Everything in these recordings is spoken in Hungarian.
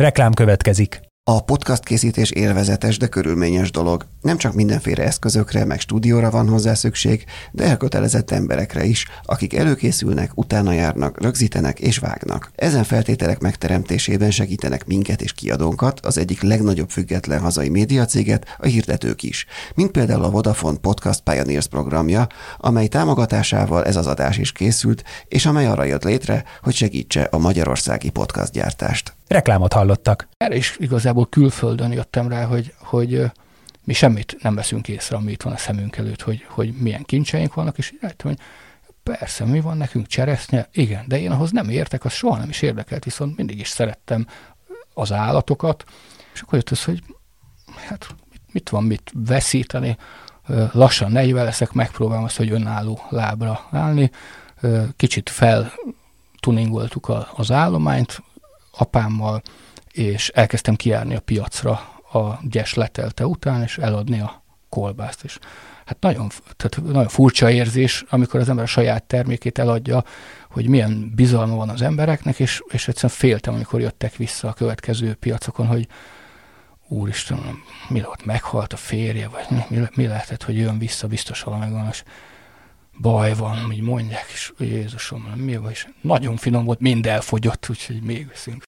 Reklám következik. A podcast készítés élvezetes, de körülményes dolog. Nem csak mindenféle eszközökre, meg stúdióra van hozzá szükség, de elkötelezett emberekre is, akik előkészülnek, utána járnak, rögzítenek és vágnak. Ezen feltételek megteremtésében segítenek minket és kiadónkat, az egyik legnagyobb független hazai médiacéget, a hirdetők is. Mint például a Vodafone Podcast Pioneers programja, amely támogatásával ez az adás is készült, és amely arra jött létre, hogy segítse a magyarországi podcast gyártást. Reklámot hallottak. Erre is igazából külföldön jöttem rá, hogy mi semmit nem veszünk észre, ami itt van a szemünk előtt, hogy milyen kincseink vannak, és rájöttem, hogy persze, mi van nekünk, cseresznye? Igen, de én ahhoz nem értek, az soha nem is érdekelt, viszont mindig is szerettem az állatokat, és akkor jött az, hogy hát mit veszíteni, lassan 40 leszek, megpróbálom azt, hogy önálló lábra állni, kicsit feltuningoltuk az állományt apámmal, és elkezdtem kijárni a piacra a gyes letelte után, és eladni a kolbászt is. Hát nagyon furcsa érzés, amikor az ember a saját termékét eladja, hogy milyen bizalma van az embereknek, és egyszerűen féltem, amikor jöttek vissza a következő piacokon, hogy úristen, mi volt, meghalt a férje, vagy mi lehetett, hogy jön vissza, biztos valami van, és baj van, így mondják, és Jézusom, mi van, és nagyon finom volt, mind elfogyott, úgyhogy még veszünk.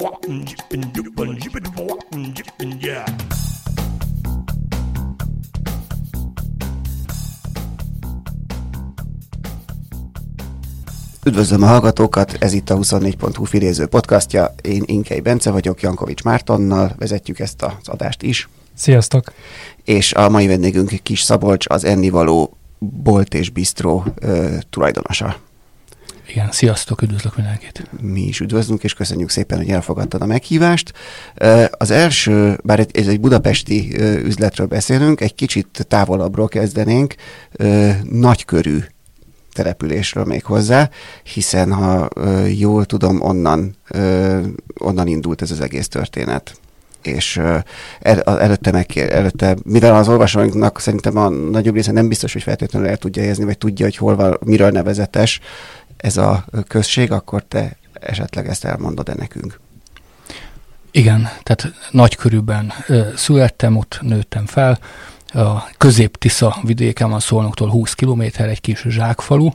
Üdvözlöm a hallgatókat, ez itt a 24.hu filéző podcastja. Én Inkei Bence vagyok, Jankovics Mártonnal vezetjük ezt az adást is. Sziasztok! És a mai vendégünk Kis Szabolcs, az Ennivaló bolt és bisztró tulajdonosa. Igen, sziasztok, üdvözlök mindenkit. Mi is üdvözlünk, és köszönjük szépen, hogy elfogadtad a meghívást. Az első, bár ez egy budapesti üzletről beszélünk, egy kicsit távolabbról kezdenénk, nagykörű településről még hozzá, hiszen ha jól tudom, onnan indult ez az egész történet. És előtte, mivel az olvasóinknak szerintem a nagyobb része nem biztos, hogy feltétlenül el tudja helyezni, vagy tudja, hogy hol van, miről nevezetes ez a község, akkor te esetleg ezt elmondod-e nekünk? Igen, tehát nagykörűben születtem, ott nőttem fel. A Közép-Tisza vidéken van, Szolnoktól 20 kilométer, egy kis zsákfalu.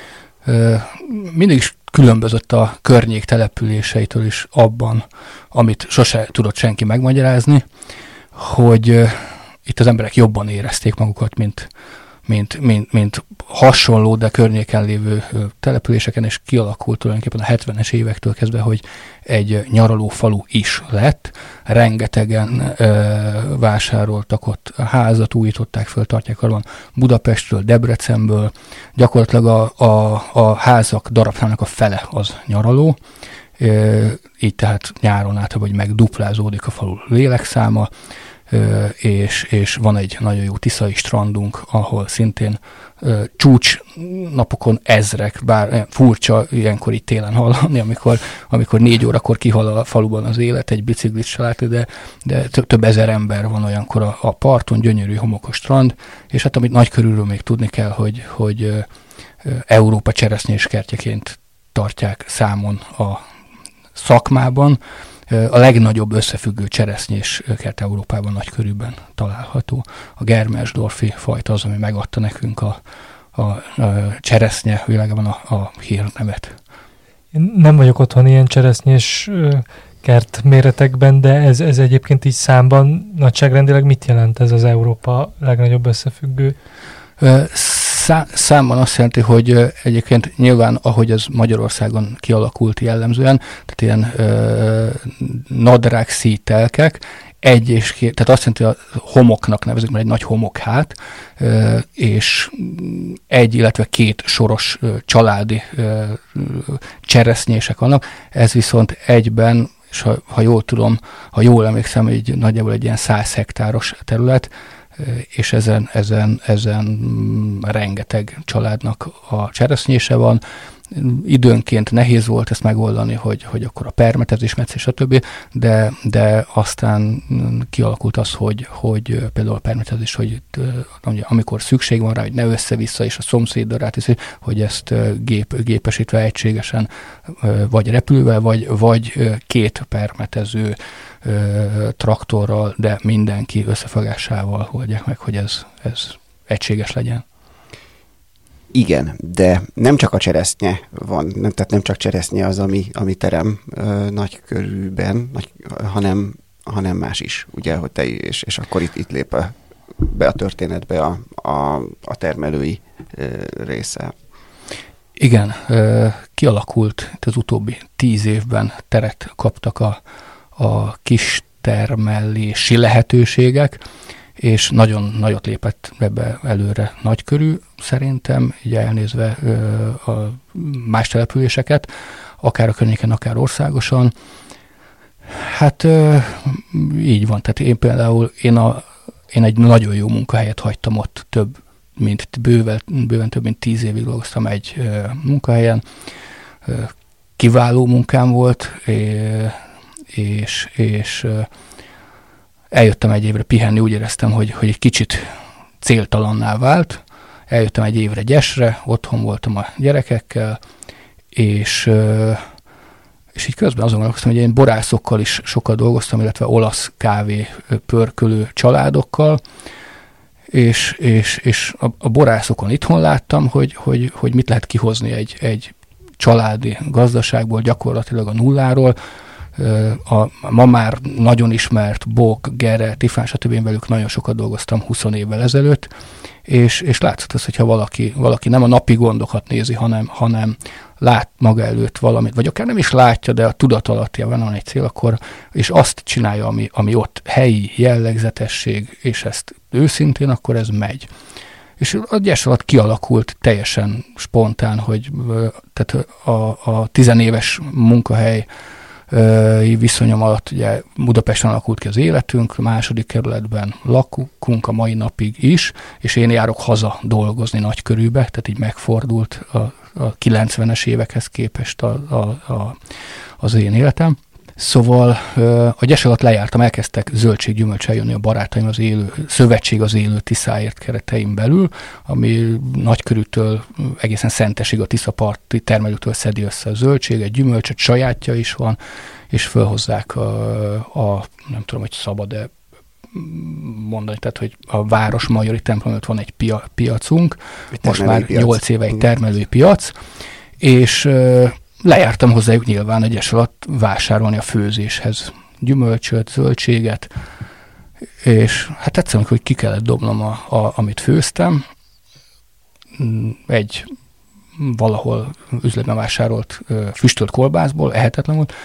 Mindig is különbözött a környék településeitől is abban, amit sose tudott senki megmagyarázni, hogy itt az emberek jobban érezték magukat, mint hasonló, de környéken lévő településeken, és kialakult tulajdonképpen a 70-es évektől kezdve, hogy egy nyaraló falu is lett. Rengetegen vásároltak ott házat, újították föl, tartják karban Budapestről, Debrecenből. Gyakorlatilag a házak darabszámának a fele az nyaraló. Így tehát nyáron általában, hogy megduplázódik a falu lélekszáma, és van egy nagyon jó tiszai strandunk, ahol szintén csúcs napokon ezrek, bár furcsa ilyenkor itt télen hallani, amikor 4 órakor kihal a faluban az élet, egy biciklit se látni, de több ezer ember van olyankor a parton, gyönyörű homokos strand, és hát amit nagy körülről még tudni kell, hogy Európa cseresznyés kertjeként tartják számon a szakmában. A legnagyobb összefüggő cseresznyés kert Európában nagykörűben található. A Germersdorfi fajta az, ami megadta nekünk a cseresznye világában a hírnevet. Én nem vagyok otthon ilyen cseresznyés kert méretekben, de ez egyébként így számban nagyságrendileg mit jelent ez az Európa legnagyobb összefüggő? Számban azt jelenti, hogy egyébként nyilván, ahogy ez Magyarországon kialakult jellemzően, tehát ilyen nadrág szítelkek, egy és két, tehát azt jelenti, hogy a homoknak nevezik, mert egy nagy homokhát, és egy, illetve 2 soros családi cseresznyések vannak. Ez viszont egyben, és ha jól tudom, ha jól emlékszem, így nagyjából egy ilyen 100 hektáros terület, és ezen rengeteg családnak a cseresznyése van. Időnként nehéz volt ezt megoldani, hogy akkor a permetezés, metszés, stb., de aztán kialakult az, hogy például a permetezés, hogy amikor szükség van rá, hogy ne össze-vissza, és a szomszéddal ráteszi, hogy ezt gépesítve egységesen, vagy repülővel, vagy két permetező traktorral, de mindenki összefogásával oldják meg, hogy ez egységes legyen. Igen, de nem csak a cseresznye van, tehát nem csak cseresznye az, ami terem nagy körülben, hanem más is, ugye, hogy te és akkor itt lép be a történetbe a termelői része. Igen, kialakult az utóbbi 10 évben teret kaptak a kis termelési lehetőségek, és nagyon nagyot lépett ebbe előre nagykörű, szerintem, így elnézve a más településeket, akár a környéken, akár országosan. Hát így van, tehát én például, én egy nagyon jó munkahelyet hagytam ott, bőven több mint 10 évig dolgoztam egy munkahelyen, kiváló munkám volt, és eljöttem egy évre pihenni, úgy éreztem, hogy egy kicsit céltalanná vált. Eljöttem egy évre Gyesre, otthon voltam a gyerekekkel, és így közben azon gondolkoztam, hogy én borászokkal is sokat dolgoztam, illetve olasz kávé pörkölő családokkal, és a borászokon itthon láttam, hogy mit lehet kihozni egy családi gazdaságból, gyakorlatilag a nulláról. Ma már nagyon ismert Bok, Gere, Tifán, stb. Velük nagyon sokat dolgoztam 20 évvel ezelőtt, és látszott az, hogyha valaki nem a napi gondokat nézi, hanem lát maga előtt valamit, vagy akár nem is látja, de a tudatalatjában van egy cél, akkor, és azt csinálja, ami ott helyi jellegzetesség, és ezt őszintén, akkor ez megy. És a Gyes alatt kialakult teljesen spontán, hogy tehát a 10 éves munkahely viszonyom alatt ugye Budapesten alakult ki az életünk, második kerületben lakunk a mai napig is, és én járok haza dolgozni nagykörűbe, tehát így megfordult a 90-es évekhez képest az én életem. Szóval a Gyes alatt lejártam, elkezdtek zöldséggyümölcsel jönni a barátaim az szövetség az élő Tiszáért keretein belül, ami Nagykörűtől egészen Szentesig a Tiszaparti termelőtől szedi össze a zöldséget, gyümölcsöt, sajátja is van, és fölhozzák nem tudom, hogy szabad-e mondani, tehát hogy a Városmajori templom előtt van egy piacunk, most már 8 éve egy termelői piac, és lejártam hozzájuk nyilván a Gyes alatt vásárolni a főzéshez gyümölcsöt, zöldséget, és hát egyszerűen, hogy ki kellett dobnom amit főztem. Egy valahol üzletben vásárolt füstölt kolbászból, ehetetlen volt.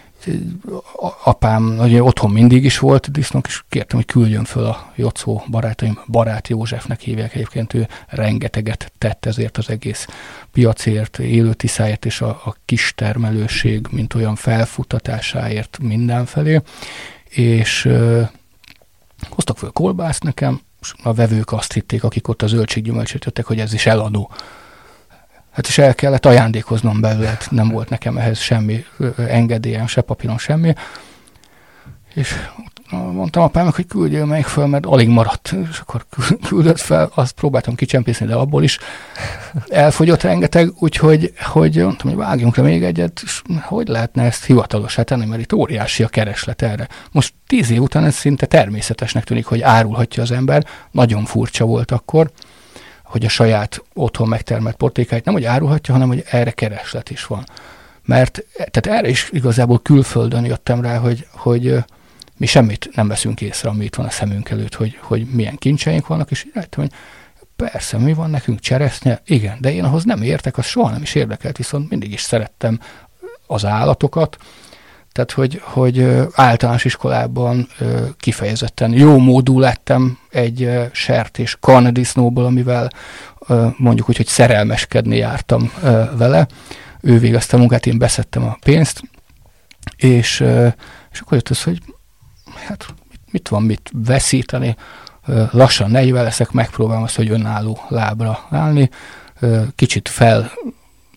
Apám ugye otthon mindig is volt disznók, és kértem, hogy küldjön föl a Jocó barátaim, Barát Józsefnek hívják egyébként, ő rengeteget tett ezért az egész piacért, élő Tiszáért és a kis termelőség, mint olyan felfuttatásáért mindenfelé, és hoztak föl kolbászt nekem, és a vevők azt hitték, akik ott a zöldséggyümölcsöt jöttek, hogy ez is eladó. Hát is el kellett ajándékoznom belőle, nem volt nekem ehhez semmi engedélyem, se papíron, semmi. És mondtam apámnak, hogy küldjél meg föl, mert alig maradt. És akkor küldött fel, azt próbáltam kicsempészni, de abból is elfogyott rengeteg, úgyhogy mondtam, hogy vágjunk le még egyet, és hogy lehetne ezt hivatalosá tenni, mert itt óriási a kereslet erre. Most 10 év után ez szinte természetesnek tűnik, hogy árulhatja az ember. Nagyon furcsa volt akkor, hogy a saját otthon megtermelt portékáit nem, hogy árulhatja, hanem, hogy erre kereslet is van. Mert tehát erre is igazából külföldön jöttem rá, hogy mi semmit nem veszünk észre, ami itt van a szemünk előtt, hogy milyen kincseink vannak, és rájöttem, hogy persze, mi van nekünk, cseresznye, igen, de én ahhoz nem értek, az soha nem is érdekelt, viszont mindig is szerettem az állatokat, tehát, hogy általános iskolában kifejezetten jó módú lettem egy sertés karnedisznóból, amivel mondjuk úgy, hogy szerelmeskedni jártam vele. Ő végezte a munkát, én beszedtem a pénzt, és akkor jött az, hogy hát mit van mit veszíteni, lassan 40 leszek, megpróbálom azt, hogy önálló lábra állni, kicsit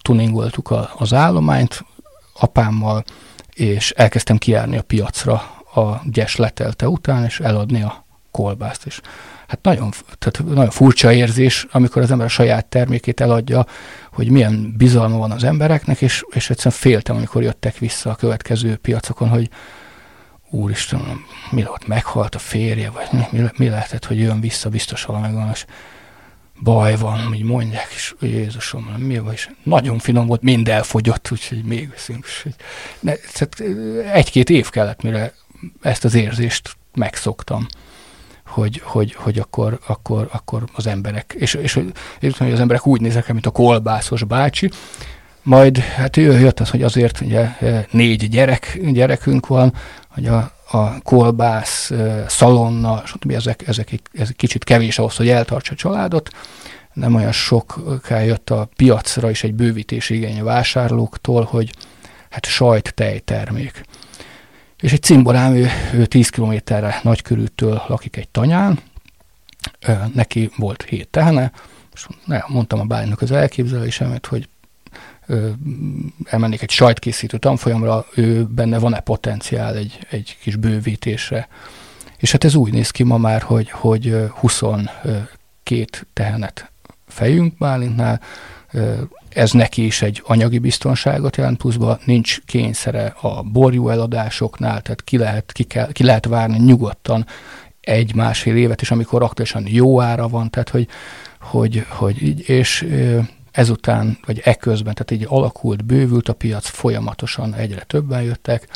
tuningoltuk az állományt apámmal, és elkezdtem kijárni a piacra a gyes letelte után, és eladni a kolbászt is. Hát nagyon furcsa érzés, amikor az ember a saját termékét eladja, hogy milyen bizalma van az embereknek, és egyszerűen féltem, amikor jöttek vissza a következő piacokon, hogy úristen, mi volt, meghalt a férje, vagy mi lehetett, hogy jön vissza, biztos valami van, és baj van, így mondják, és Jézusom, mi van, és nagyon finom volt, mind elfogyott, úgyhogy még veszünk. Egy-két év kellett, mire ezt az érzést megszoktam, hogy akkor az emberek, és hogy az emberek úgy néznek el, mint a kolbászos bácsi, majd hát jött az, hogy azért ugye 4 gyerekünk van, hogy a kolbász, szalonna, stb. Ezek kicsit kevés ahhoz, hogy eltartsa a családot. Nem olyan soká jött a piacra is egy bővítési igény a vásárlóktól, hogy hát sajt, tejtermék. És egy cimborám, ő 10 kilométerre Nagykörűtől lakik egy tanyán, neki volt 7 tehene, és mondtam a Bálintnak az elképzelésemet, hogy elmennék egy sajtkészítő tanfolyamra, benne van-e potenciál egy kis bővítésre. És hát ez úgy néz ki ma már, hogy 22 tehenet fejünk Bálintnál, ez neki is egy anyagi biztonságot jelent, pluszban nincs kényszere a borjú eladásoknál, tehát ki lehet várni nyugodtan 1-1,5 évet, és amikor aktuálisan jó ára van, tehát hogy így, és ezután, vagy eközben, tehát így alakult, bővült a piac, folyamatosan egyre többen jöttek,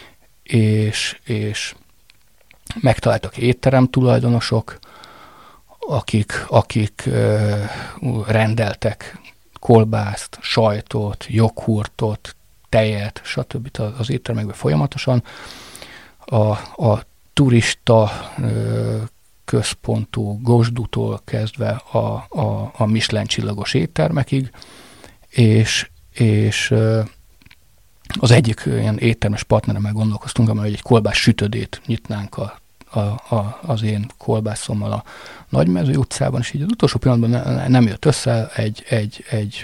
és megtaláltak étterem tulajdonosok, akik rendeltek kolbászt, sajtot, joghurtot, tejet, stb. Az éttermekben folyamatosan. A turista központú Gosdútól kezdve a Michelin csillagos éttermekig, és az egyik ilyen éttermes partneremmel gondolkoztunk, amely egy kolbász sütödét nyitnánk az én kolbászommal a Nagymező utcában, és így az utolsó pillanatban nem jött össze egy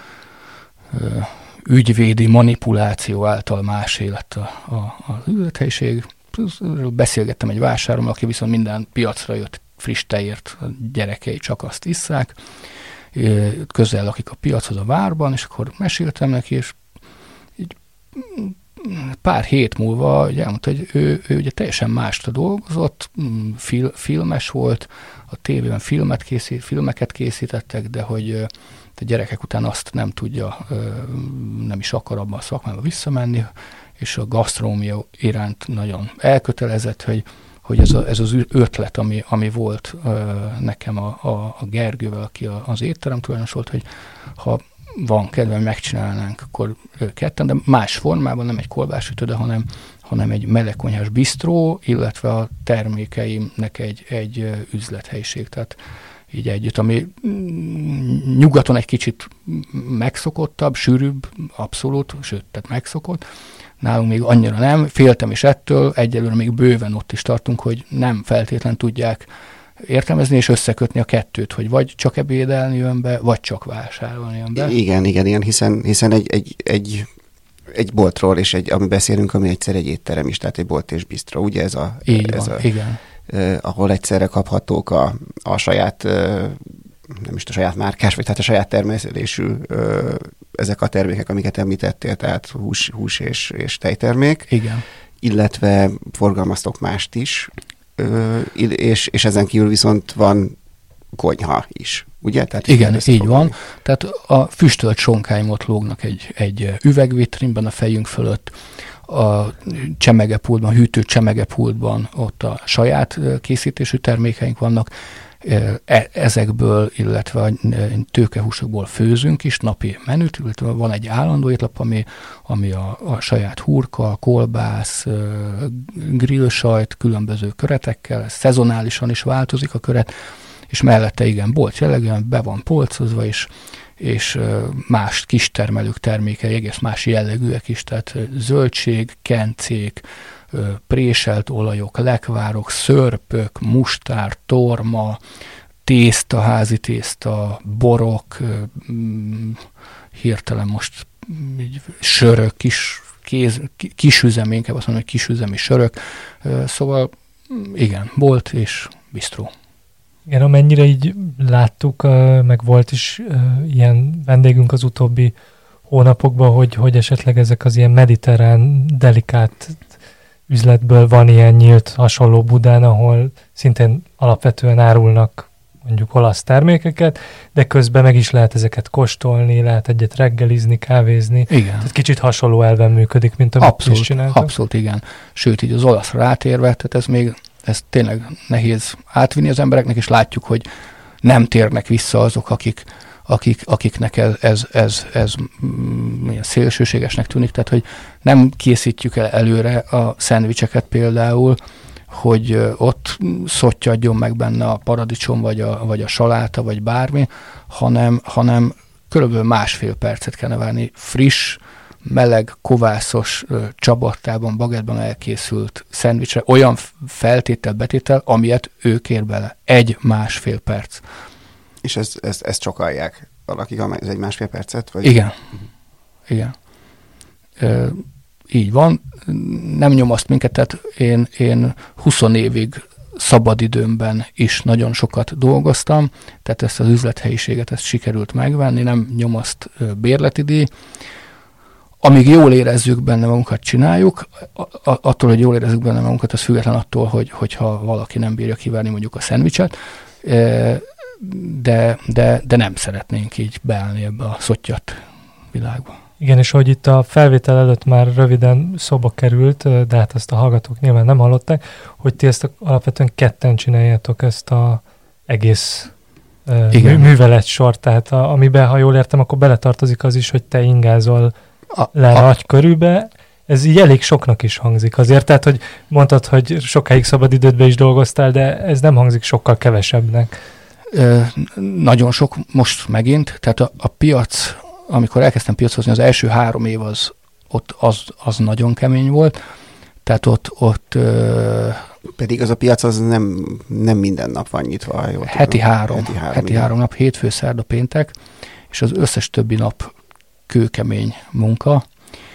ügyvédi manipuláció által másé lett az üzlethelyiség. Beszélgettem egy vásárommal, aki viszont minden piacra jött friss tejért, a gyerekei csak azt isszák, közel lakik a piachoz a várban, és akkor meséltem neki, és így pár hét múlva ugye elmondta, hogy ő ugye teljesen mást dolgozott, filmes volt, a tévében filmeket készítettek, de hogy a gyerekek után azt nem tudja, nem is akar abban a szakmába visszamenni, és a gasztronómia iránt nagyon elkötelezett, hogy ez az ötlet, ami volt nekem a Gergővel, aki az étterem tulajdonos volt, hogy ha van kedve, megcsinálnánk, akkor ketten, de más formában, nem egy kolbássütőde, hanem egy melegkonyhás bisztró, illetve a termékeimnek egy üzlethelyiség. Tehát így együtt, ami nyugaton egy kicsit megszokottabb, sűrűbb, abszolút, sőt, tehát megszokott. Nálunk még annyira nem, féltem is ettől, egyelőre még bőven ott is tartunk, hogy nem feltétlen tudják értelmezni és összekötni a kettőt, hogy vagy csak ebédelni jön be, vagy csak vásárolni jön be. Igen, hiszen egy boltról, és ami beszélünk, ami egyszer egy étterem is, tehát egy bolt és bisztró, ugye igen. Ahol egyszerre kaphatók a saját, nem is a saját márkás, vagy tehát a saját természetésű ezek a termékek, amiket említettél, tehát hús és tejtermék. Igen. Illetve forgalmaztok mást is, és ezen kívül viszont van konyha is, ugye? Tehát igen, így van. Tehát a füstölt sonkáim ott lógnak egy üvegvitrínben a fejünk fölött, a csemegepultban, hűtő csemegepultban ott a saját készítésű termékeink vannak, ezekből, illetve a tőkehúsokból főzünk is napi menüt, illetve van egy állandó étlap, ami a saját hurka, kolbász, grillsajt, különböző köretekkel, szezonálisan is változik a köret, és mellette igen, bolt jellegűen be van polcozva, és más kistermelők termékei, egész más jellegűek is, tehát zöldség, kencék, préselt olajok, lekvárok, szörpök, mustár, torma, tészta, házi tészta, borok, hirtelen most sörök, kisüzemi, inkább azt mondom, hogy kisüzemi sörök. Szóval igen, bolt és bistró. Igen, amennyire így láttuk, meg volt is ilyen vendégünk az utóbbi hónapokban, hogy esetleg ezek az ilyen mediterrán, delikát üzletből van ilyen nyílt hasonló Budán, ahol szintén alapvetően árulnak mondjuk olasz termékeket, de közben meg is lehet ezeket kóstolni, lehet egyet reggelizni, kávézni. Igen. Tehát kicsit hasonló elven működik, mint amit is csináltak. Abszolút, igen. Sőt, így az olaszra rátérve, tehát ez tényleg nehéz átvinni az embereknek, és látjuk, hogy nem térnek vissza azok, akiknek ez milyen szélsőségesnek tűnik, tehát hogy nem készítjük el előre a szendvicseket például, hogy ott szottyadjon meg benne a paradicsom, vagy a saláta, vagy bármi, hanem körülbelül 1,5 percet kell várni friss, meleg, kovászos csabattában, bagettben elkészült szendvicsre, olyan betétel, amilyet ő kér bele. 1,5 perc. És ezt csokalják valakik, ez 1,5 percet? Vagy? Igen. Igen. Így van. Nem nyomaszt minket, tehát én 20 évig szabadidőmben is nagyon sokat dolgoztam, tehát ezt az üzlethelyiséget ezt sikerült megvenni, nem nyomaszt bérletidíj. Amíg jól érezzük benne magunkat, csináljuk, attól, hogy jól érezzük benne magunkat, az független attól, hogyha valaki nem bírja kivárni mondjuk a szendvicset, de nem szeretnénk így beállni ebbe a szottyat világba. Igen, és hogy itt a felvétel előtt már röviden szóba került, de hát ezt a hallgatók nyilván nem hallották, hogy ti ezt alapvetően ketten csináljátok ezt az egész műveletsort, tehát amiben, ha jól értem, akkor beletartozik az is, hogy te ingázol le nagy körülbe. Ez így elég soknak is hangzik azért, tehát hogy mondtad, hogy sokáig szabadidődben is dolgoztál, de ez nem hangzik sokkal kevesebbnek. Nagyon sok most megint, tehát a piac, amikor elkezdtem piacozni, az első 3 év az nagyon kemény volt, tehát ott pedig az a piac az nem minden nap van nyitva. Heti 3 nap, hétfő, szerda, péntek, és az összes többi nap kőkemény munka,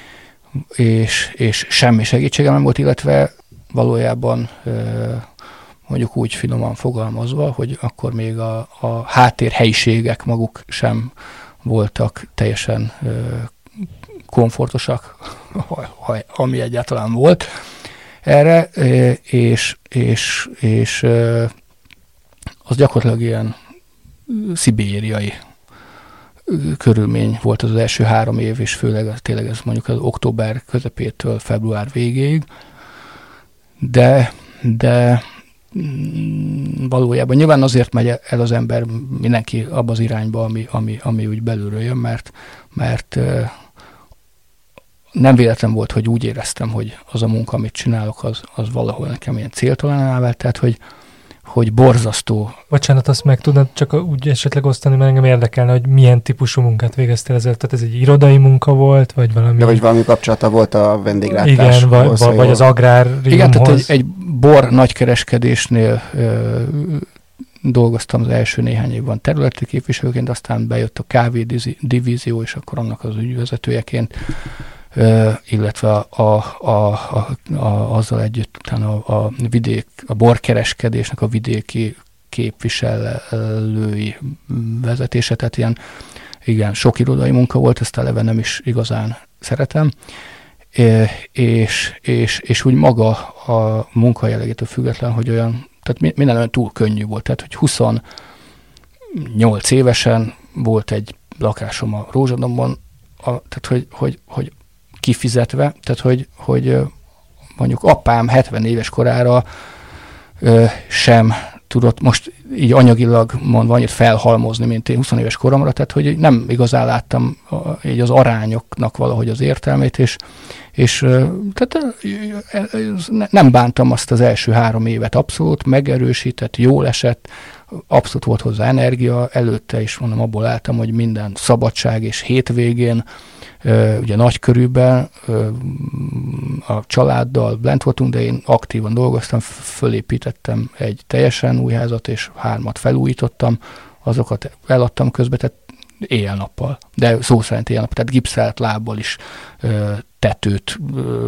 és semmi segítségem nem volt, illetve valójában mondjuk úgy finoman fogalmazva, hogy akkor még a háttérhelyiségek maguk sem voltak teljesen komfortosak, ami egyáltalán volt erre, és az gyakorlatilag ilyen szibériai körülmény volt az első 3 év, és főleg tényleg ez mondjuk az október közepétől február végéig, de valójában nyilván azért megy el az ember, mindenki abba az irányba, ami úgy belülről jön, mert nem véletlen volt, hogy úgy éreztem, hogy az a munka, amit csinálok, az valahol nekem ilyen céltalanná vált, tehát hogy borzasztó. Bocsánat, azt meg tudnád csak úgy esetleg osztani, mert engem érdekelne, hogy milyen típusú munkát végeztél ezzel. Tehát ez egy irodai munka volt, vagy valami... De vagy valami kapcsolata volt a vendéglátáshoz. Igen, vagy az agráriumhoz. Igen, tehát egy bor nagykereskedésnél dolgoztam az első néhány évben területi képviselőként, aztán bejött a kávé divízió, és akkor annak az ügyvezetőjeként, illetve azzal együtt utána a borkereskedésnek a vidéki képviselői vezetése, tehát igen, sok irodai munka volt, ezt eleve nem is igazán szeretem, és úgy maga a munka jellegétől független, hogy olyan, tehát minden olyan túl könnyű volt, tehát hogy 28 évesen volt egy lakásom a Rózsadombon, tehát hogy kifizetve, tehát hogy mondjuk apám 70 éves korára sem tudott most így anyagilag mondva annyit felhalmozni, mint én 20 éves koromra, tehát hogy nem igazán láttam így az arányoknak valahogy az értelmét, és tehát nem bántam azt az első 3 évet, abszolút megerősített, jól esett, abszolút volt hozzá energia, előtte is mondom, abból álltam, hogy minden szabadság és hétvégén, ugye nagy körülben a családdal bent voltunk, de én aktívan dolgoztam, fölépítettem egy teljesen új házat, és 3 felújítottam, azokat eladtam közben, tehát éjjel-nappal, de szó szerint éjjel-nappal, tehát gipszelt lábbal is tetőt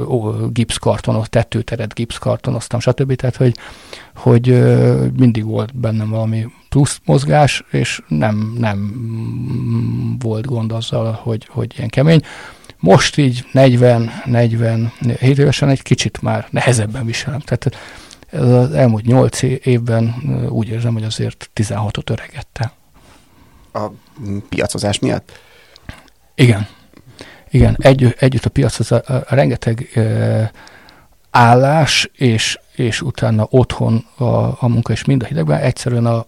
gipszkartonoztam, stb. Tehát, hogy mindig volt bennem valami plusz mozgás, és nem volt gond azzal, hogy ilyen kemény. Most így 40-47 évesen egy kicsit már nehezebben viselem. Tehát az elmúlt 8 évben úgy érzem, hogy azért 16-ot öregettem. A piacozás miatt? Igen. Együtt a piachoz a rengeteg állás, és utána otthon a munka és mind a hidegben egyszerűen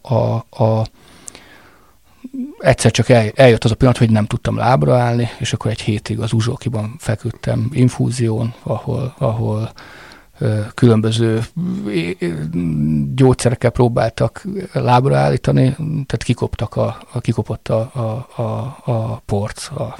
egyszer csak eljött az a pillanat, hogy nem tudtam lábra állni, és akkor egy hétig az Uzsókiban feküdtem infúzión, ahol különböző gyógyszerekkel próbáltak lábra állítani, tehát kikopott a porc a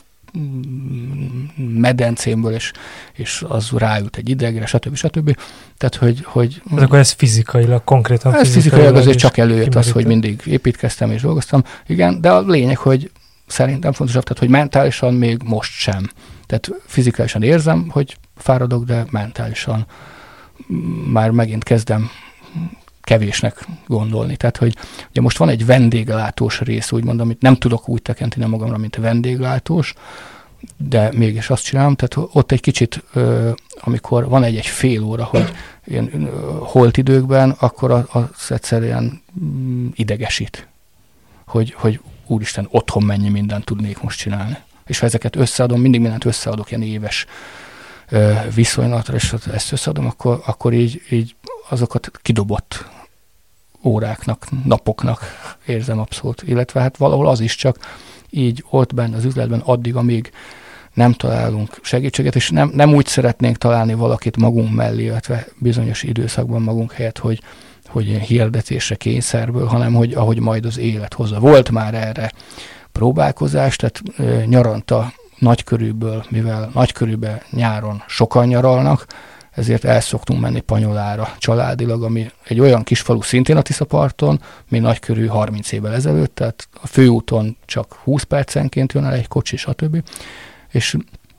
medencémből, és az ráült egy idegre, stb. Tehát, hogy akkor ez fizikailag, konkrétan ez fizikailag azért csak előjött az, hogy mindig építkeztem és dolgoztam. Igen, de a lényeg, hogy szerintem fontosabb, tehát, hogy mentálisan még most sem. Tehát fizikálisan érzem, hogy fáradok, de mentálisan már megint kezdem kevésnek gondolni. Tehát, hogy ugye most van egy vendéglátós rész, úgymond, amit nem tudok úgy tekinteni magamra, mint vendéglátós, de mégis azt csinálom. Tehát ott egy kicsit, amikor van egy fél óra, hogy ilyen holt időkben, akkor az egyszerűen idegesít. Hogy úristen, otthon mennyi mindent tudnék most csinálni. És ha ezeket összeadom, mindig mindent összeadok ilyen éves viszonylatra, és ezt összeadom, akkor így azokat kidobott óráknak, napoknak érzem abszolút. Illetve hát valahol az is csak így ott benne az üzletben addig, amíg nem találunk segítséget, és nem úgy szeretnénk találni valakit magunk mellé, illetve bizonyos időszakban magunk helyett, hogy hirdetésre kényszerből, hanem hogy ahogy majd az élet hozza. Volt már erre próbálkozás, tehát nyaranta nagykörűből, mivel nagykörűben nyáron sokan nyaralnak, ezért el szoktunk menni Panyolára családilag, ami egy olyan kis falu szintén a Tiszaparton, mint Nagykörű 30 évvel ezelőtt, tehát a főúton csak 20 percenként jön el egy kocsi, stb. És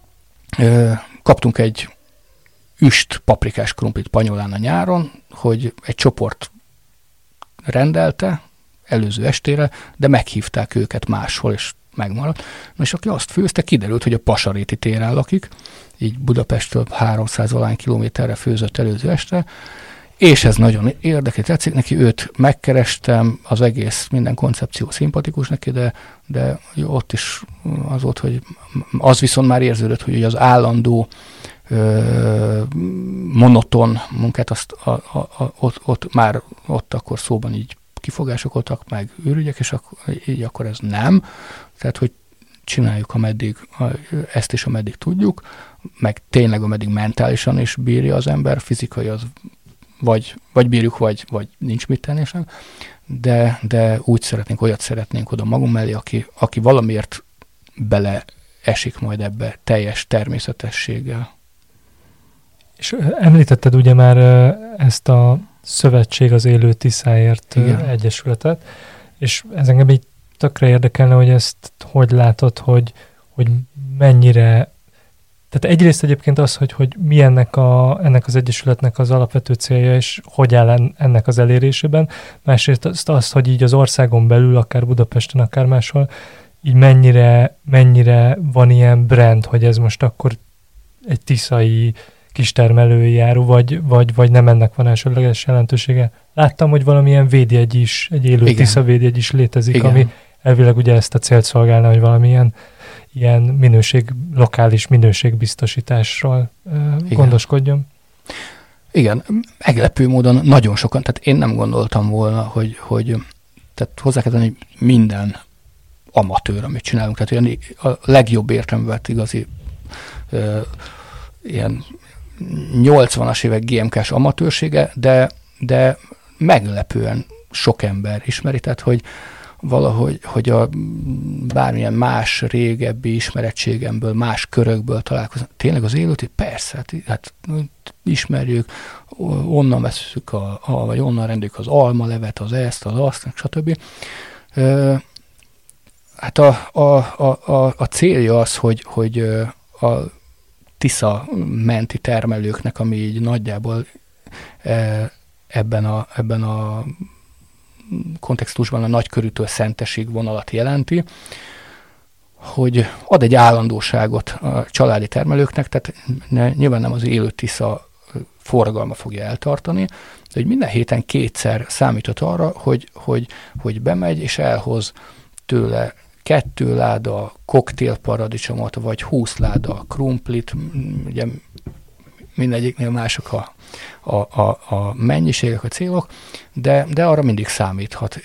kaptunk egy üst paprikás krumplit Panyolán a nyáron, hogy egy csoport rendelte előző estére, de meghívták őket máshol, és megmaradt. Na és aki azt főzte, kiderült, hogy a Pasaréti téren lakik, így Budapesttől 300-valány kilométerre főzött előző este, és ez nagyon érdekes, tetszik neki, őt megkerestem, az egész, minden koncepció szimpatikus neki, de ott is az volt, hogy az viszont már érződött, hogy az állandó monoton munkát, ott akkor szóban így kifogások voltak, meg űrügyek, és akkor ez nem. Tehát, hogy csináljuk, ezt is, ameddig tudjuk, meg tényleg, ameddig mentálisan is bírja az ember, fizikai az vagy bírjuk, vagy nincs mit tenni sem, de olyat szeretnénk oda magunk mellé, aki valamiért beleesik majd ebbe teljes természetességgel. És említetted ugye már ezt a Szövetség az Élő Tiszáért egyesületet, és ez engem így tökre érdekelne, hogy ezt hogy látod, hogy mennyire, tehát egyrészt egyébként az, hogy mi ennek az egyesületnek az alapvető célja, és hogy áll ennek az elérésében, másrészt az, hogy így az országon belül, akár Budapesten, akár máshol, így mennyire van ilyen brand, hogy ez most akkor egy tiszai kistermelői járó, vagy nem ennek van elsődleges jelentősége. Láttam, hogy valamilyen védjegy is, egy élő Tisza védjegy is létezik, igen, ami elvileg ugye ezt a célt szolgálna, hogy valamilyen ilyen lokális minőségbiztosításról gondoskodjon. Igen, meglepő módon nagyon sokan, tehát én nem gondoltam volna, hogy tehát hozzá kell tenni, hogy minden amatőr, amit csinálunk, tehát a legjobb értelemben vett igazi ilyen 80-as évek GMK-s amatőrsége, de meglepően sok ember ismeri, tehát hogy valahogy, hogy a bármilyen más régebbi ismerettségemből, más körökből találkozom. Tényleg az élőt? Persze, hát ismerjük, onnan veszük vagy onnan rendeljük az almalevet, az ezt, az azt, stb. Hát a célja az, hogy a Tisza menti termelőknek, ami így nagyjából ebben a kontextusban a Nagykörűtől Szentesig vonalat jelenti, hogy ad egy állandóságot a családi termelőknek, tehát nyilván nem az élő Tisza forgalma fogja eltartani, de hogy minden héten kétszer számított arra, hogy bemegy és elhoz tőle 2 láda koktélparadicsomot, vagy 20 láda krumplit, ugye mindegyiknél mások a mennyiségek, a célok, de arra mindig számíthat,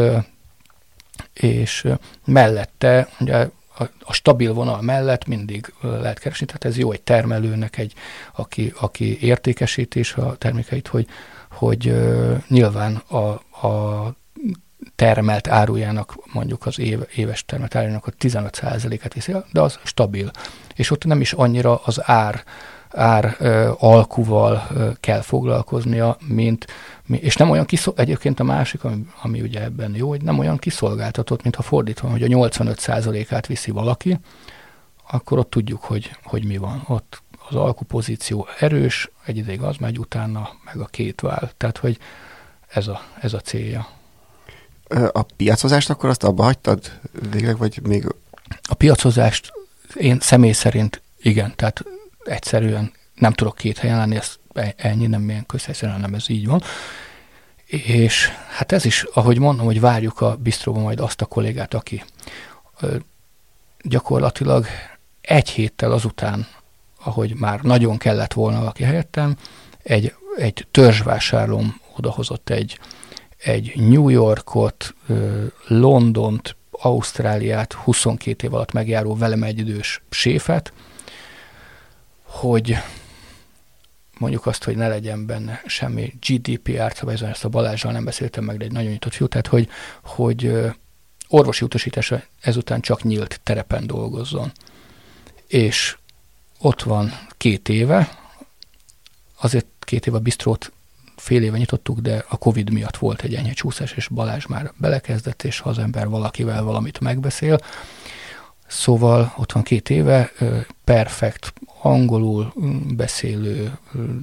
és mellette, ugye a stabil vonal mellett mindig lehet keresni, tehát ez jó egy termelőnek, aki értékesítés a termékeit, hogy nyilván a termelt árujának, mondjuk az éves termelt árujának a 15%-át viszi, de az stabil. És ott nem is annyira az ár alkuval kell foglalkoznia, és nem olyan egyébként a másik, ami ugye ebben jó, hogy nem olyan kiszolgáltatott, mintha fordítva, hogy a 85%-át viszi valaki, akkor ott tudjuk, hogy mi van. Ott az alkupozíció erős, egy ideig az megy, utána meg a 2 vál. Tehát, hogy ez a célja. A piacozást akkor azt abba hagytad végleg, vagy még? A piacozást én személy szerint igen, tehát egyszerűen nem tudok 2 helyen lenni, ez ennyi, nem ilyen közhelyszerűen, nem ez így van. És hát ez is, ahogy mondom, hogy várjuk a bistróban majd azt a kollégát, aki gyakorlatilag 1 héttel azután, ahogy már nagyon kellett volna valaki helyettem, egy törzsvásárlóm odahozott egy New Yorkot, Londont, Ausztráliát 22 év alatt megjáró velem egyidős séfet, hogy mondjuk azt, hogy ne legyen benne semmi GDPR szabályozás, ezt a Balázsral nem beszéltem meg, de egy nagyon nyitott fiú, tehát hogy orvosi utasítása ezután csak nyílt terepen dolgozzon. És ott van 2 éve, azért 2 éve a bistrót fél éve nyitottuk, de a Covid miatt volt egy enyhe csúszás, és Balázs már belekezdett, és ha az ember valakivel valamit megbeszél. Szóval ott van 2 éve, perfekt, angolul beszélő,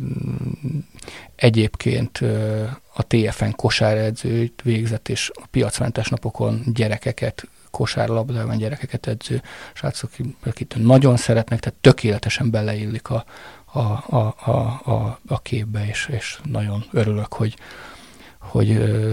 egyébként a TFN kosáredzőt végzett, és a piacmentes napokon gyerekeket, kosárlabdában gyerekeket edző srácok, akit nagyon szeretnek, tehát tökéletesen beleillik a képbe, és nagyon örülök, hogy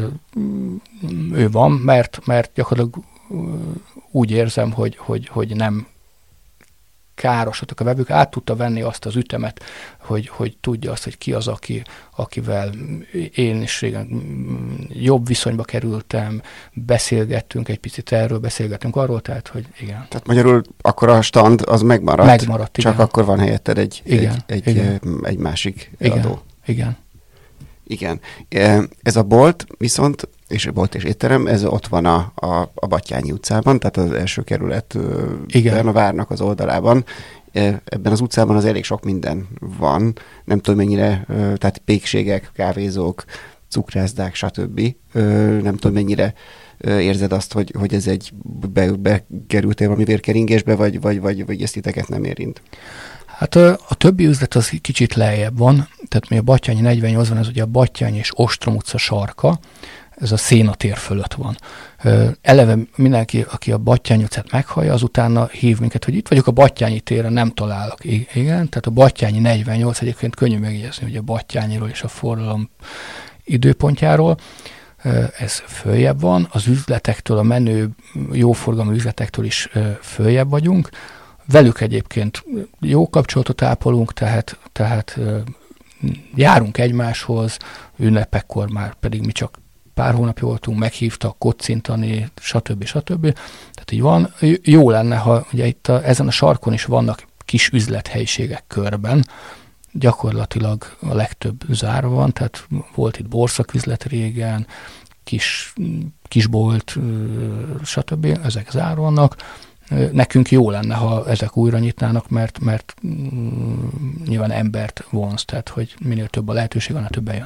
ő van, mert gyakorlatilag úgy érzem, hogy nem károsodtak a webük, át tudta venni azt az ütemet, hogy tudja azt, hogy ki az, akivel én is régen jobb viszonyba kerültem, beszélgettünk egy picit erről, beszélgettünk arról, tehát, hogy igen. Tehát magyarul akkor a stand az megmaradt, Megmaradt, csak igen. akkor van helyetted egy másik adó. Igen. Ez a bolt viszont, és a bolt és étterem, ez ott van a Batthyány utcában, tehát az első kerületben, a várnak az oldalában. Ebben az utcában az elég sok minden van. Nem tudom mennyire, tehát pékségek, kávézók, cukrászdák, stb. Nem tudom mennyire érzed azt, hogy ez egy bekerültél valami vérkeringésbe, vagy ezt titeket nem érint? Hát a többi üzlet az kicsit lejjebb van, tehát mi a Batthyány 48-ban, ez ugye a Batthyány és Ostrom utca sarka, ez a Szénatér fölött van. Eleve mindenki, aki a Batthyány utcát meghallja, azutána hív minket, hogy itt vagyok a Batthyányi téren, nem találok. Igen, tehát a Batthyányi 48 egyébként könnyű megjegyezni, hogy a Batthyányiról és a forradalom időpontjáról. Ez följebb van, az üzletektől, a menő jóforgalmú üzletektől is följebb vagyunk. Velük egyébként jó kapcsolatot ápolunk, tehát járunk egymáshoz, ünnepekkor már pedig mi csak pár hónapja voltunk, meghívtak kocintani, stb. Tehát így van. Jó lenne, ha ugye itt ezen a sarkon is vannak kis üzlethelyiségek körben, gyakorlatilag a legtöbb zárva van, tehát volt itt borszaküzlet régen, kisbolt, stb. Ezek zárva vannak. Nekünk jó lenne, ha ezek újra nyitnának, mert nyilván embert vonz, tehát hogy minél több a lehetőség, annál többen jönnek.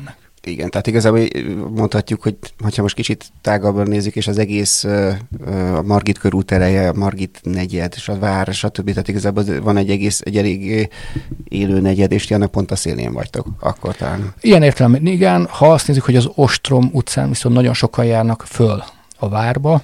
Igen, tehát igazából mondhatjuk, hogy ha most kicsit tágabban nézzük, és az egész a Margit körút ereje, a Margit negyed, és a vár, stb. Tehát igazából van egy elég élő negyed, és ti annak pont a szélén vagytok, akkor talán. Ilyen értelemben igen, ha azt nézzük, hogy az Ostrom utcán viszont nagyon sokan járnak föl a várba,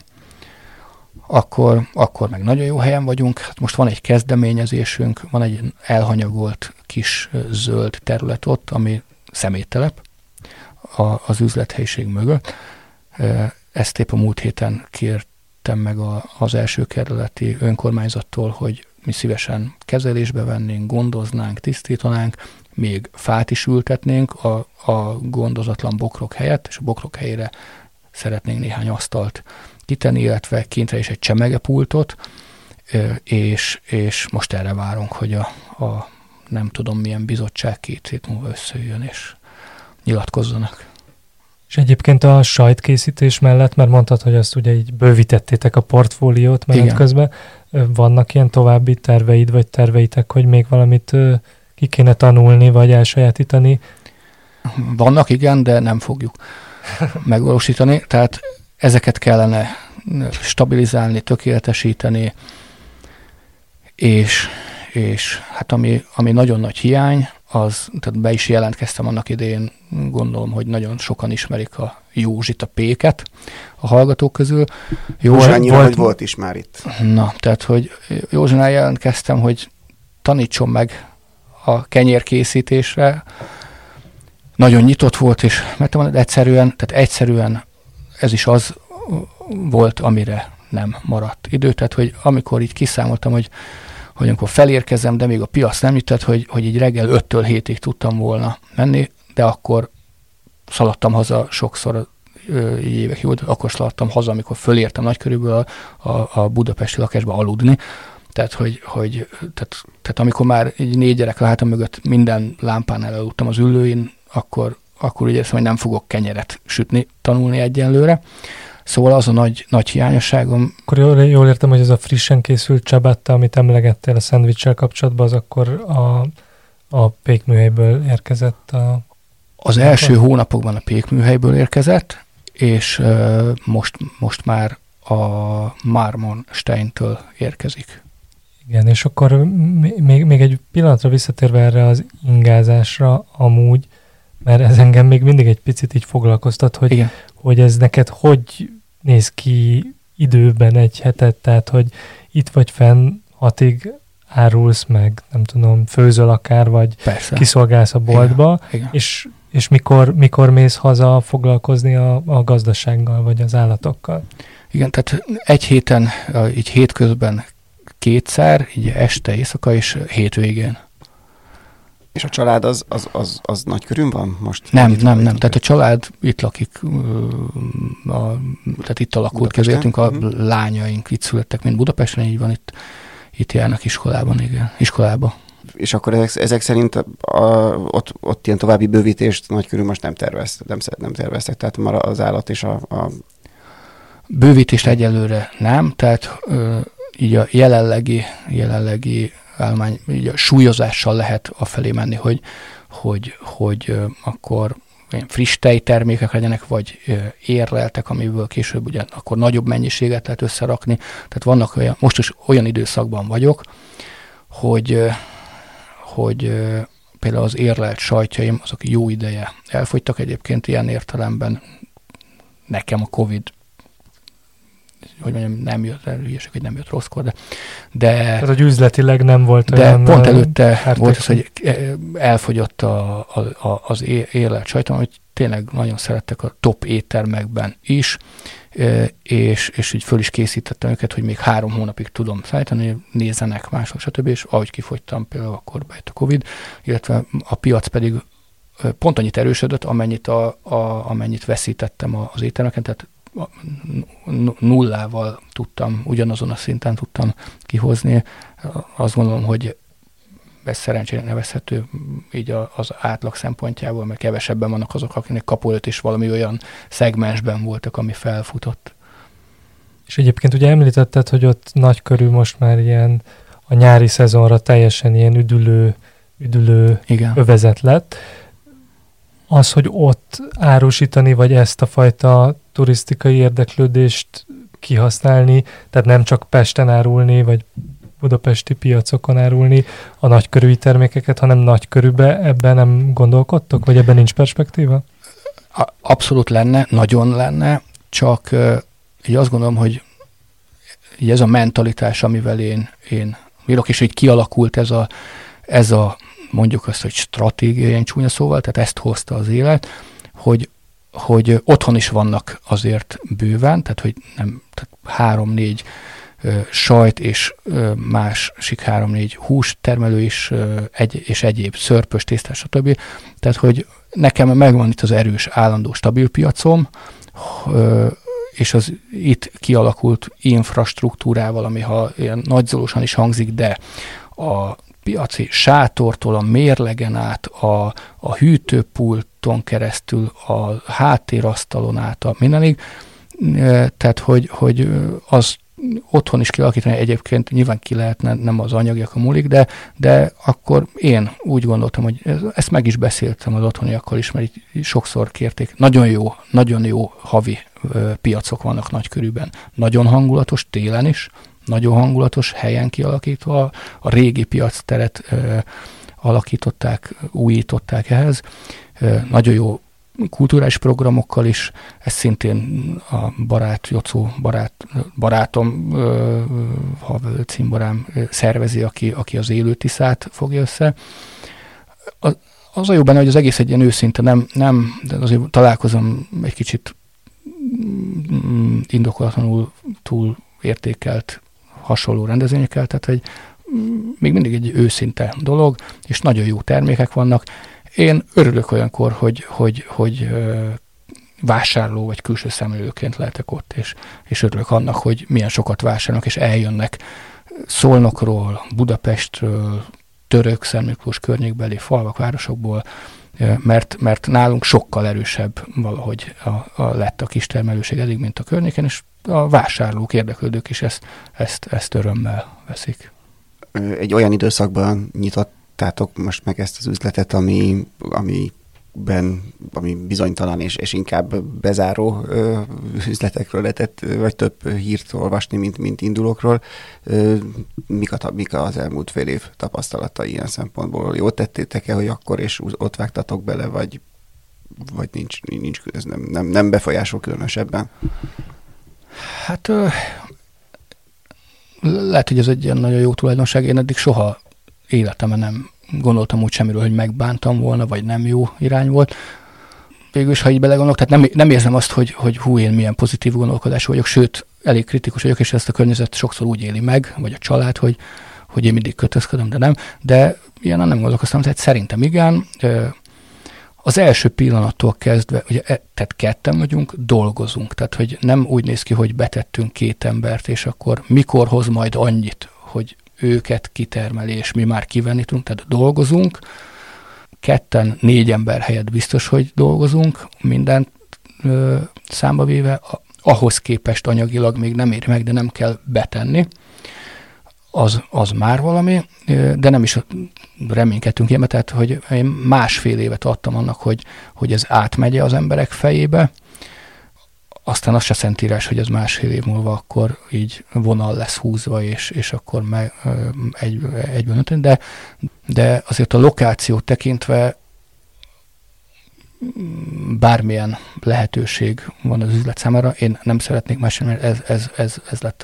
akkor meg nagyon jó helyen vagyunk. Hát most van egy kezdeményezésünk, van egy elhanyagolt kis zöld terület ott, ami szeméttelep az üzlethelyiség mögött. Ezt épp a múlt héten kértem meg az első kerületi önkormányzattól, hogy mi szívesen kezelésbe vennénk, gondoznánk, tisztítanánk, még fát is ültetnénk a gondozatlan bokrok helyett, és a bokrok helyére szeretnénk néhány asztalt kitenni, illetve kintre is egy csemegepultot, és most erre várunk, hogy a nem tudom milyen bizottság 2 hét múlva összejön és nyilatkozzanak. És egyébként a sajtkészítés mellett, mert mondtad, hogy azt ugye így bővítettétek a portfóliót menet közben, vannak ilyen további terveid, vagy terveitek, hogy még valamit ki kéne tanulni, vagy elsajátítani? Vannak, igen, de nem fogjuk megvalósítani, tehát ezeket kellene stabilizálni, tökéletesíteni, és hát ami nagyon nagy hiány, tehát be is jelentkeztem annak idején, gondolom, hogy nagyon sokan ismerik a Józsit, a Péket a hallgatók közül. Volt is már itt. Na, tehát, hogy Józsinál jelentkeztem, hogy tanítson meg a kenyérkészítésre. Nagyon nyitott volt, és mert egyszerűen ez is az volt, amire nem maradt idő. Tehát, hogy amikor így kiszámoltam, hogy amikor felérkezem, de még a piac nem jutott, hogy így reggel 5-től 7-ig tudtam volna menni, de akkor szaladtam haza sokszor, évek jó, akkor szaladtam haza, amikor fölértem Nagykörűből a budapesti lakásba aludni. Tehát, tehát amikor már így 4 gyerek a hátam mögött minden lámpánál aludtam az ülőin, akkor úgy éreztem, hogy nem fogok kenyeret sütni, tanulni egyenlőre. Szóval az a nagy hiányosságom. Akkor jól értem, hogy ez a frissen készült ciabatta, amit emlegettél a szendvicssel kapcsolatban, az akkor a pékműhelyből érkezett? Az első hónapokban a pékműhelyből érkezett, és most már a Marmonsteintől érkezik. Igen, és akkor még egy pillanatra visszatérve erre az ingázásra amúgy, mert ez engem még mindig egy picit így foglalkoztat, hogy ez neked hogy néz ki időben egy hetet, tehát hogy itt vagy fenn 6-ig árulsz meg, nem tudom, főzöl akár, vagy persze, kiszolgálsz a boltba, igen. És mikor mész haza foglalkozni a gazdasággal, vagy az állatokkal? Igen, tehát egy héten, így hétközben 2-szer, így este, éjszaka és hétvégén. És a család az Nagykörűn van most? Nem. Tehát a család itt lakik, tehát itt alakult közöttünk, a lányaink itt születtek, mint Budapesten, így van, itt járnak iskolába. És akkor ezek szerint ott ilyen további bővítést Nagykörűn most nem terveztek, tehát már az állat és a... Bővítést egyelőre nem, tehát így a jelenlegi állomány, így a súlyozással lehet afelé menni, hogy akkor friss tejtermékek legyenek, vagy érleltek, amiből később ugye akkor nagyobb mennyiséget lehet összerakni. Tehát vannak most is olyan időszakban vagyok, hogy például az érlelt sajtjaim, azok jó ideje elfogytak, egyébként ilyen értelemben nekem a Covid, hogy mondjam, nem jött el, hülyesek, hogy nem jött rosszkor, de tehát, hogy üzletileg nem volt de olyan... De pont előtte volt az, hogy elfogyott az érlelt sajtom, hogy tényleg nagyon szerettek a top éttermekben is, és így föl is készítettem őket, hogy még 3 hónapig tudom szállítani, nézzenek mások, stb. És ahogy kifogytam, például akkor bejött a Covid, illetve a piac pedig pont annyit erősödött, amennyit veszítettem az éttermeken, tehát nullával tudtam, ugyanazon a szinten tudtam kihozni. Azt gondolom, hogy ez szerencsére nevezhető így az átlag szempontjából, mert kevesebben vannak azok, akinek kapolőtt is valami olyan szegmensben voltak, ami felfutott. És egyébként ugye említetted, hogy ott Nagykörű most már ilyen a nyári szezonra teljesen ilyen üdülő övezet lett. az, hogy ott árusítani, vagy ezt a fajta turisztikai érdeklődést kihasználni, tehát nem csak Pesten árulni, vagy budapesti piacokon árulni a nagykörű termékeket, hanem nagykörűbe, ebben nem gondolkodtok, vagy ebben nincs perspektíva? Abszolút lenne, nagyon lenne, csak így azt gondolom, hogy így ez a mentalitás, amivel én írok, és így kialakult ez a mondjuk azt, hogy stratégia, ilyen csúnya szóval, tehát ezt hozta az élet, hogy otthon is vannak azért bőven, tehát hogy nem, tehát 3-4 sajt és másik 3-4 hústermelő is, és egyéb szörpös, tésztás, stb. Tehát, hogy nekem megvan itt az erős, állandó, stabil piacom, és az itt kialakult infrastruktúrával, ami ha ilyen nagyzolósan is hangzik, de a piaci sátortól a mérlegen át, a hűtőpulton keresztül, a háttérasztalon át, a mindenig, tehát, hogy az otthon is kialakítani, egyébként nyilván ki lehetne, nem az anyagiak a múlik, de akkor én úgy gondoltam, hogy ezt meg is beszéltem az otthoniakkal is, mert így sokszor kérték. Nagyon jó havi piacok vannak nagykörűben. Nagyon hangulatos, télen is, nagyon hangulatos, helyen kialakítva, a régi piacteret alakították, újították ehhez. Nagyon jó kulturális programokkal is, ez szintén a Jocó barátom, címbarám szervezi, aki az Élő Tiszát fogja össze. Az a jó benne, hogy az egész egy ilyen őszinte, nem, de azért találkozom egy kicsit indokolatlanul túl értékelt hasonló rendezvényekkel, tehát hogy még mindig egy őszinte dolog, és nagyon jó termékek vannak. Én örülök olyankor, hogy vásárló vagy külső szemlélőként lehetek ott, és örülök annak, hogy milyen sokat vásárolnak, és eljönnek Szolnokról, Budapestről, Török, Szent Miklós környékbeli falvak, városokból, mert nálunk sokkal erősebb valahogy lett a kistermelőség eddig, mint a környéken, és a vásárlók, érdeklődők is ezt örömmel veszik. Egy olyan időszakban nyitottátok most meg ezt az üzletet, ami bizonytalan és inkább bezáró üzletekről lehetett, vagy több hírt olvasni, mint indulókról. Mik az elmúlt fél év tapasztalata ilyen szempontból? Jót tettétek-e, hogy akkor és ott vágtatok bele, vagy nincs ez nem befolyásol különösebben? Hát lehet, hogy ez egy ilyen nagyon jó tulajdonság. Én eddig soha életemben nem gondoltam úgy semmiről, hogy megbántam volna, vagy nem jó irány volt. Végül is, ha így belegondolok, tehát nem érzem azt, hogy hú, én milyen pozitív gondolkodású vagyok, sőt, elég kritikus vagyok, és ezt a környezet sokszor úgy éli meg, vagy a család, hogy én mindig kötözködöm, de nem. De ilyen nem gondolkoztam, tehát szerintem igen. Az első pillanattól kezdve, ugye, tehát ketten vagyunk, dolgozunk. Tehát, hogy nem úgy néz ki, hogy betettünk 2 embert, és akkor mikor hoz majd annyit, hogy őket kitermeli, és mi már kivenni tudunk, tehát dolgozunk. 2-4 ember helyett biztos, hogy dolgozunk, mindent számba véve, ahhoz képest anyagilag még nem éri meg, de nem kell betenni. Az már valami, de nem is reménykedtünk ilyen, tehát hogy én 1,5 évet adtam annak, hogy ez átmegye az emberek fejébe, aztán az se szentírás, hogy ez 1,5 év múlva akkor így vonal lesz húzva, és akkor egyből önteni, de azért a lokációt tekintve bármilyen lehetőség van az üzlet számára, én nem szeretnék máshogy, mert ez lett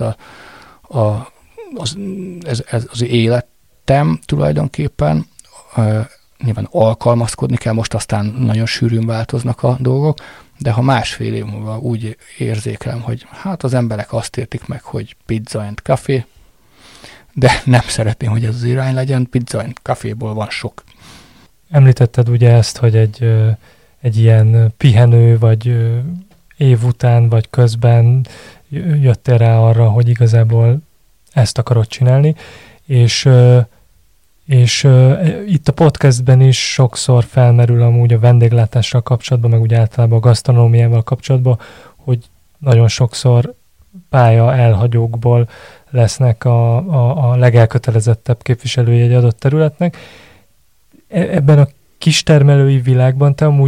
az életem tulajdonképpen. Nyilván alkalmazkodni kell, most aztán nagyon sűrűn változnak a dolgok, de ha 1,5 év múlva úgy érzékelem, hogy hát az emberek azt értik meg, hogy pizza and café, de nem szeretném, hogy ez az irány legyen, pizza and caféból van sok. Említetted ugye ezt, hogy egy ilyen pihenő, vagy év után, vagy közben jöttél rá arra, hogy igazából ezt akarod csinálni, és itt a podcastben is sokszor felmerül amúgy a vendéglátással kapcsolatban, meg úgy általában a gasztronómiával kapcsolatban, hogy nagyon sokszor pálya elhagyókból lesznek a legelkötelezettebb képviselői egy adott területnek. Ebben a kistermelői világban te amúgy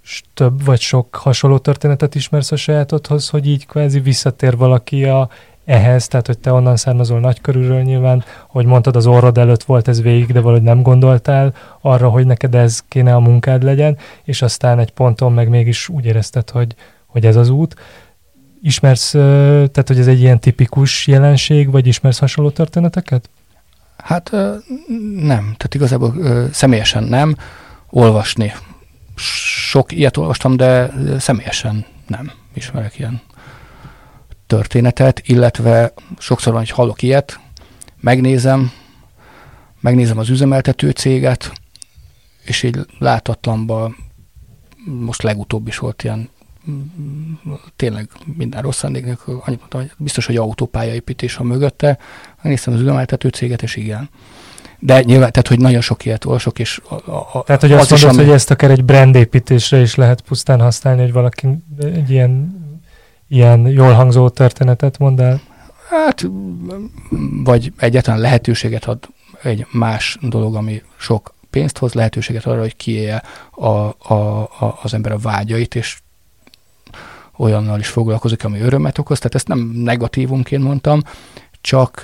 több vagy sok hasonló történetet ismersz a sajátodhoz, hogy így kvázi visszatér valaki ehhez, tehát hogy te onnan származol Nagykörűről nyilván, hogy mondtad, az orrod előtt volt ez végig, de valahogy nem gondoltál arra, hogy neked ez kéne a munkád legyen, és aztán egy ponton meg mégis úgy érezted, hogy ez az út. Ismersz, tehát hogy ez egy ilyen tipikus jelenség, vagy ismersz hasonló történeteket? Hát nem, tehát igazából személyesen nem. Olvasni. Sok ilyet olvastam, de személyesen nem ismerek ilyen történetet, illetve sokszor van, hogy hallok ilyet, megnézem az üzemeltető céget, és így látatlanban most legutóbb is volt ilyen, tényleg minden rossz szándék nélkül, annyit mondtam, hogy biztos, hogy autópályaépítés van mögötte, megnéztem az üzemeltető céget, és igen. De nyilván, tehát, hogy nagyon sok ilyet olvasok, és tehát, hogy azt mondod, hogy ezt akár egy brandépítésre is lehet pusztán használni, hogy valaki egy ilyen jól hangzó történetet mond el? Hát, vagy egyáltalán lehetőséget ad egy más dolog, ami sok pénzt hoz, lehetőséget arra, hogy kiélje az ember a vágyait, és olyannal is foglalkozik, ami örömet okoz. Tehát ezt nem negatívumként mondtam, csak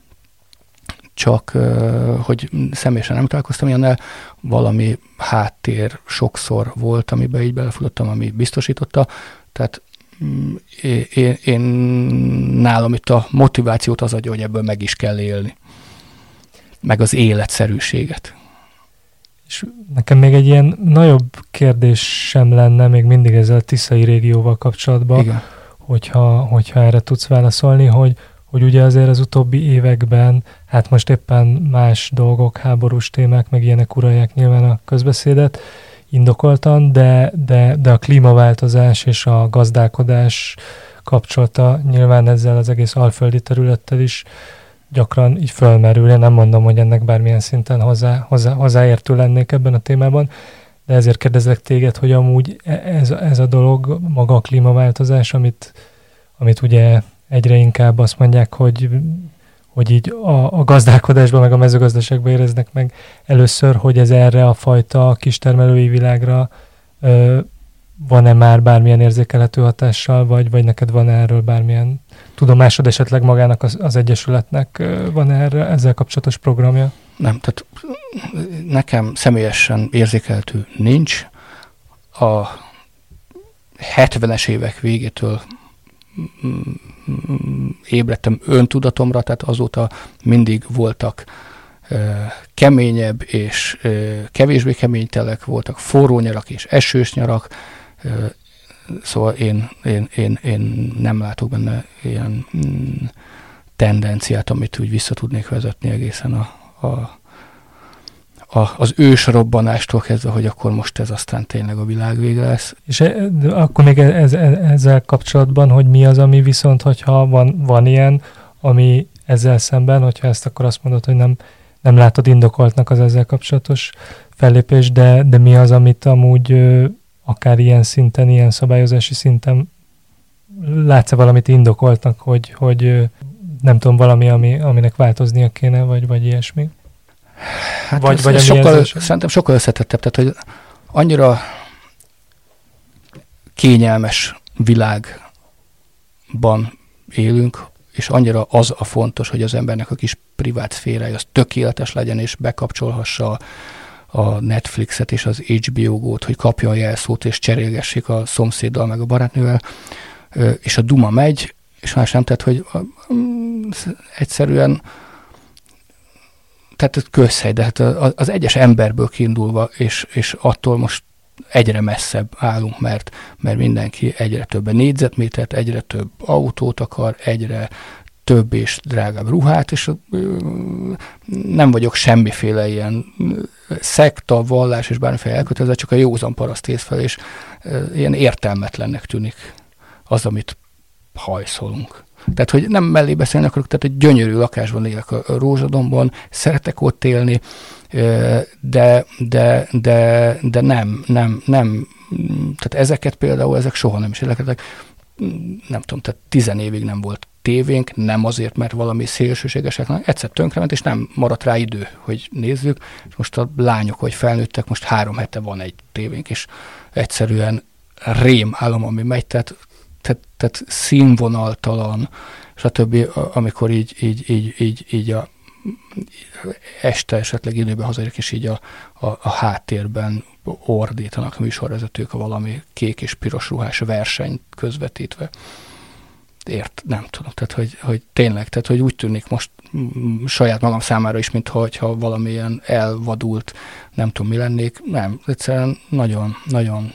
hogy személyesen nem találkoztam ilyennel, valami háttér sokszor volt, amiben így belefutottam, ami biztosította. Tehát én nálam itt a motivációt az adja, hogy ebből meg is kell élni. Meg az életszerűséget. És nekem még egy ilyen nagyobb kérdésem lenne még mindig ezzel a tiszai régióval kapcsolatban, igen, hogyha erre tudsz válaszolni, hogy ugye azért az utóbbi években, hát most éppen más dolgok, háborús témák, meg ilyenek uralják nyilván a közbeszédet indokoltan, de a klímaváltozás és a gazdálkodás kapcsolata nyilván ezzel az egész alföldi területtel is gyakran így fölmerül. Én nem mondom, hogy ennek bármilyen szinten hozzáértő lennék ebben a témában, de ezért kérdezlek téged, hogy amúgy ez a dolog, maga a klímaváltozás, amit ugye egyre inkább azt mondják, hogy így a gazdálkodásban, meg a mezőgazdaságban éreznek meg először, hogy ez erre a fajta kistermelői világra van-e már bármilyen érzékelhető hatással, vagy neked van erről bármilyen tudomásod, esetleg magának az Egyesületnek van erre ezzel kapcsolatos programja? Nem, tehát nekem személyesen érzékelhető nincs. A 70-es évek végétől ébredtem öntudatomra, tehát azóta mindig voltak keményebb és kevésbé kemény telek, voltak forró nyarak és esős nyarak, szóval én nem látok benne ilyen tendenciát, amit úgy vissza tudnék vezetni egészen az ősrobbanástól kezdve, hogy akkor most ez aztán tényleg a világ vége lesz. És akkor még ezzel kapcsolatban, hogy mi az, ami viszont, hogyha van ilyen, ami ezzel szemben, hogyha ezt akkor azt mondod, hogy nem látod indokoltnak az ezzel kapcsolatos fellépés, de mi az, amit amúgy akár ilyen szinten, ilyen szabályozási szinten látsz-e valamit indokoltnak, hogy nem tudom, valami, aminek változnia kéne, vagy ilyesmi? Hát vagy szerintem sokkal összetettebb, tehát hogy annyira kényelmes világban élünk, és annyira az a fontos, hogy az embernek a kis privát szférája az tökéletes legyen, és bekapcsolhassa a Netflixet és az HBO Go-t, hogy kapjon jelszót, és cserélgessék a szomszéddal, meg a barátnővel, és a duma megy, és más nem, tehát, hogy egyszerűen tehát közhely, de hát az egyes emberből kiindulva, és attól most egyre messzebb állunk, mert mindenki egyre több négyzetmétert, egyre több autót akar, egyre több és drágább ruhát, és nem vagyok semmiféle ilyen szekta, vallás és bármiféle elkötelezett, csak a józan paraszt ész fel, és ilyen értelmetlennek tűnik az, amit hajszolunk. Tehát, hogy nem mellé beszélni akarok, tehát egy gyönyörű lakásban élek a Rózsadombon, szeretek ott élni, de nem, tehát ezeket például, ezek soha nem is érdekeltek. Nem tudom, tehát 10 évig nem volt tévénk, nem azért, mert valami szélsőségesek, hanem egyszer tönkrement, és nem maradt rá idő, hogy nézzük. És most a lányok, hogy felnőttek, most 3 hete van egy tévénk, és egyszerűen rémálom, ami megy, tehát színvonaltalan, stb. Amikor így a este esetleg időben hazajövök, és így a háttérben ordítanak műsorvezetők a valami kék és piros ruhás versenyt közvetítve. Nem tudom, tehát hogy tényleg, tehát hogy úgy tűnik most saját magam számára is, mintha valamilyen elvadult, nem tudom mi lennék, nem, egyszerűen nagyon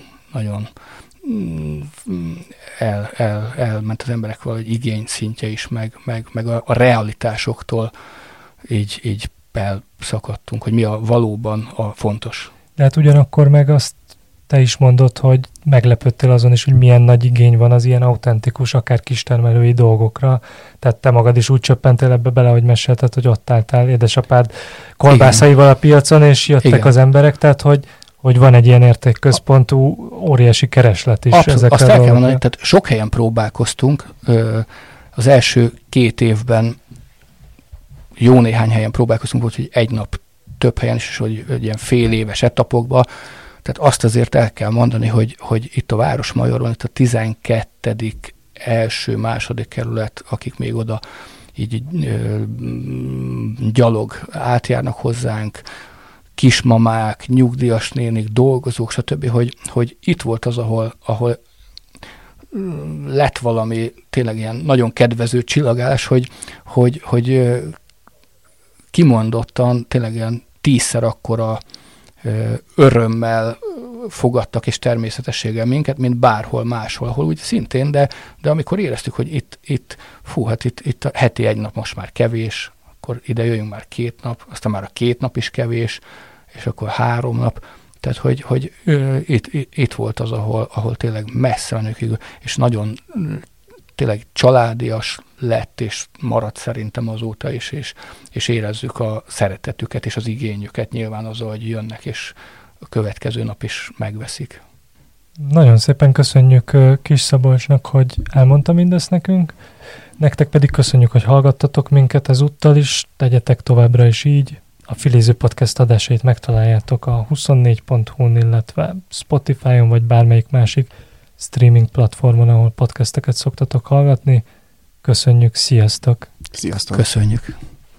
elment az emberek valahogy igény szintje is, meg a realitásoktól így elszakadtunk, hogy mi a valóban a fontos. De hát ugyanakkor meg azt te is mondod, hogy meglepődtél azon is, hogy milyen nagy igény van az ilyen autentikus, akár kistermelői dolgokra. Tehát te magad is úgy csöppentél ebbe bele, hogy mesélted, hogy ott álltál édesapád kolbászaival a piacon, és jöttek Igen. az emberek, tehát hogy van egy ilyen értékközpontú óriási kereslet is. Abszolút, azt el kell mondani, tehát sok helyen próbálkoztunk. Az első 2 évben jó néhány helyen próbálkoztunk, volt, hogy egy nap több helyen is, hogy ilyen fél éves etapokban. Tehát azt azért el kell mondani, hogy itt a Városmajorban, itt a 12. első-második kerület, akik még oda így gyalog átjárnak hozzánk, kismamák, nyugdíjas nénik, dolgozók, stb., hogy itt volt az, ahol lett valami tényleg ilyen nagyon kedvező csillagás, hogy kimondottan tényleg ilyen 10-szer akkora örömmel fogadtak és természetességgel minket, mint bárhol máshol, ahol úgy szintén, de amikor éreztük, hogy itt a heti 1 nap most már kevés, akkor ide jöjjünk már 2 nap, aztán már a 2 nap is kevés, és akkor 3 nap. Tehát, hogy itt volt az, ahol tényleg messze menőkig, és nagyon tényleg családias lett, és maradt szerintem azóta is, és érezzük a szeretetüket és az igényüket nyilván azzal, hogy jönnek, és a következő nap is megveszik. Nagyon szépen köszönjük Kis Szabolcsnak, hogy elmondta mindezt nekünk. Nektek pedig köszönjük, hogy hallgattatok minket ezúttal is, tegyetek továbbra is így. A Filéző Podcast adásait megtaláljátok a 24.hu-n, illetve Spotify-on, vagy bármelyik másik streaming platformon, ahol podcasteket szoktatok hallgatni. Köszönjük, sziasztok! Sziasztok! Köszönjük!